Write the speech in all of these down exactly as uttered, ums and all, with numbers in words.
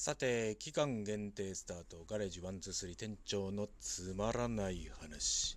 さて、期間限定スタート、ガレージワンツースリー店長のつまらない話。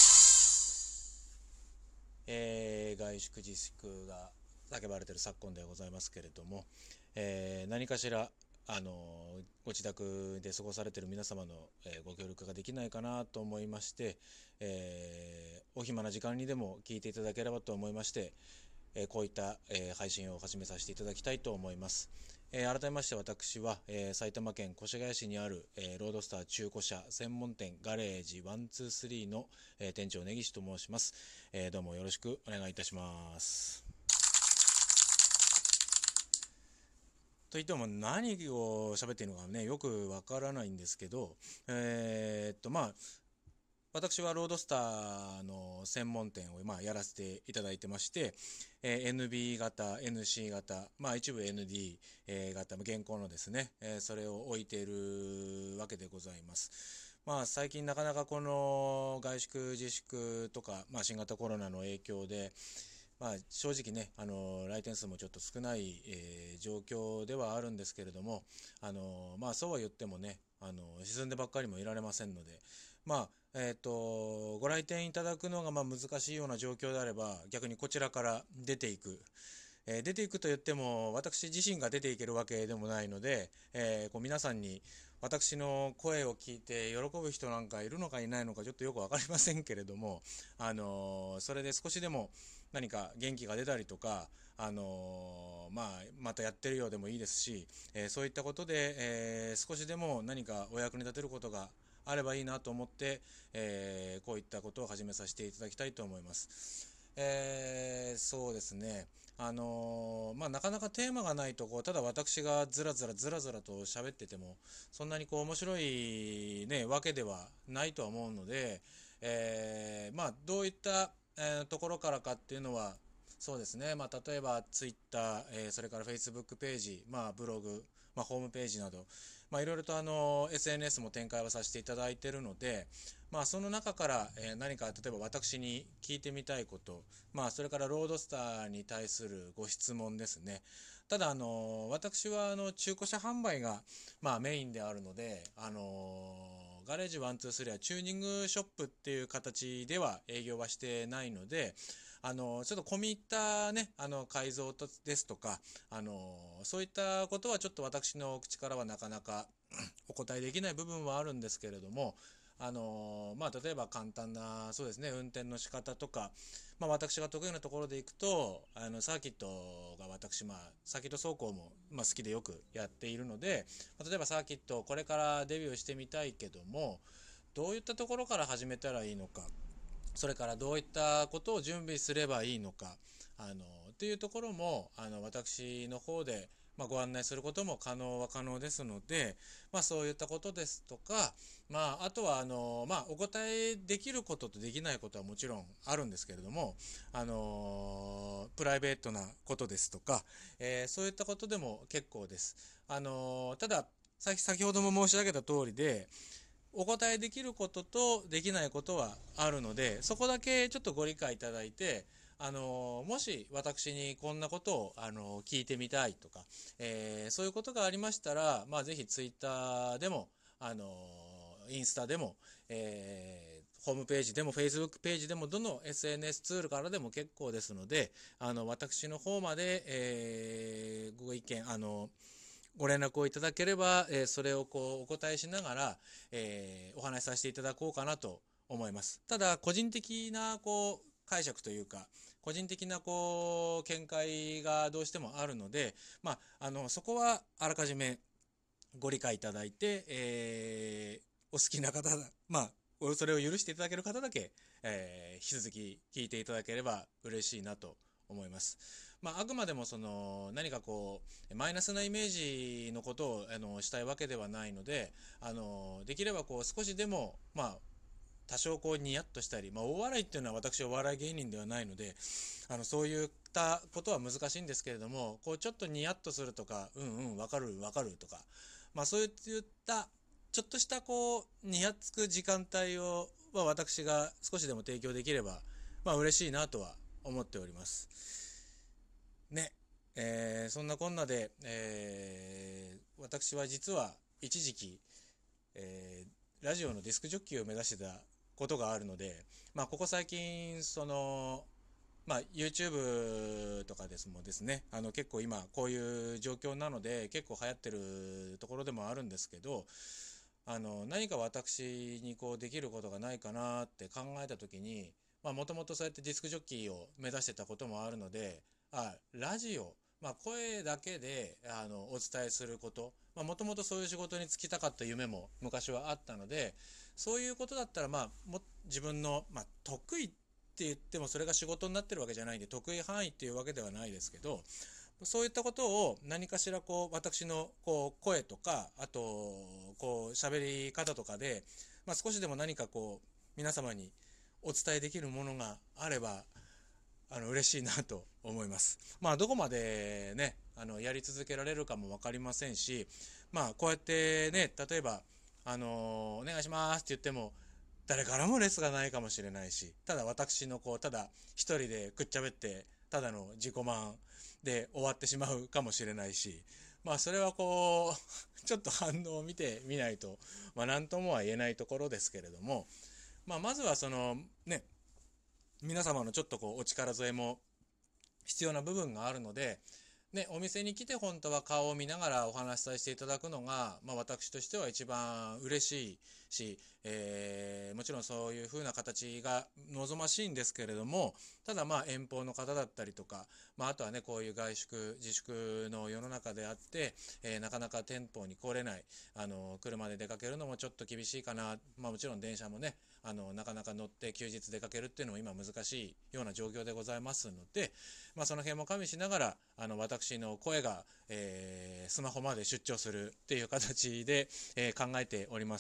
えー、外出自粛が叫ばれている昨今でございますけれども、えー何かしら、あのご自宅で過ごされている皆様の、えーご協力ができないかなと思いまして、えーお暇な時間にでも聞いていただければと思いまして、えーこういった、えー配信を始めさせていただきたいと思います。えー改めまして私は、えー埼玉県越谷市にある、えーロードスター中古車専門店ガレージワンツースリーの、えー店長根岸と申します。えーどうもよろしくお願いいたします。といっても何を喋っているのかねよくわからないんですけど、えーっとまあ私はロードスターの専門店をまあやらせていただいてまして、えー エヌビー 型、エヌシー 型、まあ一部 エヌディー、えー型、現行のですね、えーそれを置いているわけでございます。まあ最近なかなかこの外出自粛とか、まあ新型コロナの影響で、まあ正直ね、あの来店数もちょっと少ない、えー状況ではあるんですけれども、あのまあそうは言ってもね、あの沈んでばっかりもいられませんので、まあえっとご来店いただくのがまあ難しいような状況であれば、逆にこちらから出ていく、えー出ていくと言っても私自身が出ていけるわけでもないので、えーこう皆さんに私の声を聞いて喜ぶ人なんかいるのかいないのかちょっとよく分かりませんけれども、あのーそれで少しでも何か元気が出たりとか、あのーまあ、またやってるようでもいいですし、えーそういったことで、えー少しでも何かお役に立てることがあればいいなと思って、えーこういったことを始めさせていただきたいと思います。えーそうですね。あのーまあ、なかなかテーマがないとこう、ただ私がずらずらずらずらと喋ってても、そんなにこう面白い、ね、わけではないとは思うので、えーまあ、どういった、えーところからかっていうのは、そうですね、まあ、例えばツイッター、えーそれからフェイスブックページ、まあ、ブログ、まあ、ホームページなど、まあ、いろいろとあの エスエヌエス も展開はさせていただいているので、まあ、その中から、えー何か例えば私に聞いてみたいこと、まあ、それからロードスターに対するご質問ですね。ただ、あの私はあの中古車販売が、まあ、メインであるので、あのガレージワンツースリーはチューニングショップっていう形では営業はしてないので、あのちょっと込み入ったね、あの改造とですとか、あのそういったことはちょっと私の口からはなかなかお答えできない部分はあるんですけれども、あのまあ、例えば簡単なそうですね運転の仕方とか、まあ、私が得意なところでいくとあのサーキットが私、まあ、サーキット走行も、まあ、好きでよくやっているので、例えばサーキットこれからデビューしてみたいけども、どういったところから始めたらいいのか、それからどういったことを準備すればいいのか、あのっていうところもあの私の方で、まあ、ご案内することも可能は可能ですので、まあ、そういったことですとか、まあ、あとはあの、まあ、お答えできることとできないことはもちろんあるんですけれども、あのプライベートなことですとか、えーそういったことでも結構です。あのただ先先ほども申し上げた通りで、お答えできることとできないことはあるので、そこだけちょっとご理解いただいて、あのもし私にこんなことを、あの聞いてみたいとか、えーそういうことがありましたら、まあ、ぜひツイッターでも、あのインスタでも、えーホームページでも フェイスブック ページでもどの エスエヌエス ツールからでも結構ですので、あの私の方まで、えーご意見、あのご連絡をいただければ、えーそれをこうお答えしながら、えーお話しさせていただこうかなと思います。ただ個人的なこう解釈というか、個人的なこう見解がどうしてもあるので、まあ、あのそこはあらかじめご理解いただいて、えーお好きな方だ、まあ、それを許していただける方だけ、えー引き続き聞いていただければ嬉しいなと思います。まあ、あくまでもその何かこうマイナスなイメージのことをあのしたいわけではないので、あのできればこう少しでも、まあ、多少こうニヤッとしたり、まあ、大笑いっていうのは私はお笑い芸人ではないので、あのそういったことは難しいんですけれども、こうちょっとニヤッとするとか、うんうんわかるわかるとか、まあ、そういったちょっとしたこうニヤつく時間帯を、まあ、私が少しでも提供できれば、まあ嬉しいなとは思っておりますね。えーそんなこんなで、えー私は実は一時期、えー、ラジオのディスクジョッキーを目指してたことがあるので、まあ、ここ最近その、まあ、YouTube とかですもですね、あの結構今こういう状況なので結構流行ってるところでもあるんですけど、あの何か私にこうできることがないかなって考えた時に、もともとそうやってディスクジョッキーを目指してたこともあるので、あラジオ、まあ、声だけであのお伝えすること、もともとそういう仕事に就きたかった夢も昔はあったので、そういうことだったら、まあ、も自分の、まあ、得意って言ってもそれが仕事になってるわけじゃないんで、得意範囲っていうわけではないですけど、そういったことを何かしらこう私のこう声とか、あとこう喋り方とかで、まあ、少しでも何かこう皆様にお伝えできるものがあればあの嬉しいなと思います。まあどこまでねあのやり続けられるかも分かりませんし、まあこうやってね例えばあのお願いしますって言っても誰からもレスがないかもしれないし、ただ私のこうただ一人でくっちゃべってただの自己満で終わってしまうかもしれないし、まあそれはこうちょっと反応を見てみないと、まあ、何ともは言えないところですけれども、まあ、まずはそのね皆様のちょっとこうお力添えも必要な部分があるので、ね、お店に来て本当は顔を見ながらお話しさせていただくのが、まあ、私としては一番嬉しいし、えー、もちろんそういう風な形が望ましいんですけれども、ただまあ遠方の方だったりとか、まあ、あとはねこういう外出自粛の世の中であって、えー、なかなか店舗に来れない、あの車で出かけるのもちょっと厳しいかな、まあ、もちろん電車もねあのなかなか乗って休日出かけるっていうのも今難しいような状況でございますので、まあ、その辺も加味しながらあの私の声が、えー、スマホまで出張するっていう形で、えー、考えております。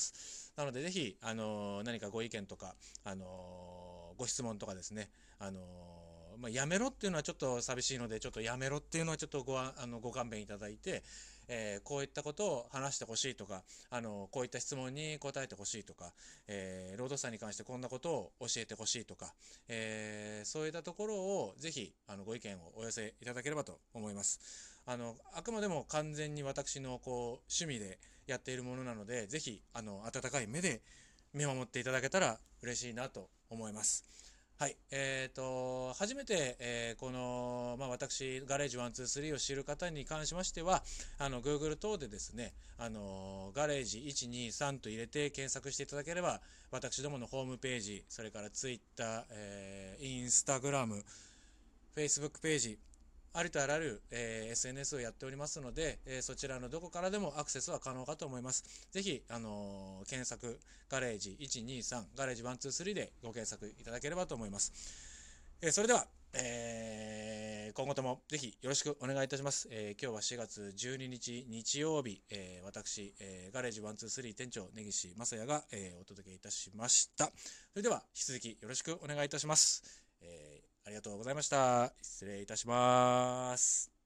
なのでぜひ、あのー、何かご意見とか、あのー、ご質問とかですね、あのーまあ、やめろっていうのはちょっと寂しいので、ちょっとやめろっていうのはちょっとごあのご勘弁いただいて、えー、こういったことを話してほしいとか、あのこういった質問に答えてほしいとか、えー、労働者に関してこんなことを教えてほしいとか、えー、そういったところをぜひあのご意見をお寄せいただければと思います。あのあくまでも完全に私のこう趣味でやっているものなので、ぜひあの温かい目で見守っていただけたら嬉しいなと思います。はい、えーと、初めて、えー、この、まあ、私、ガレージいち、に、さんを知る方に関しましては、あの、Google 等でですね、あの、ガレージいち、に、さんと入れて検索していただければ、私どものホームページ、それから Twitter、えー、Instagram、Facebook ページ、ありとあらゆる、えー、エスエヌエス をやっておりますので、えー、そちらのどこからでもアクセスは可能かと思います。ぜひ、あのー、検索、ガレージいち、に、さん、ガレージいち、に、さんでご検索いただければと思います。えー、それでは、えー、今後ともぜひよろしくお願いいたします。えー、今日はしがつじゅうににち日曜日、えー、私、えー、ガレージいち、に、さん店長根岸正也が、えー、お届けいたしました。それでは引き続きよろしくお願いいたします。えー、ありがとうございました。失礼いたします。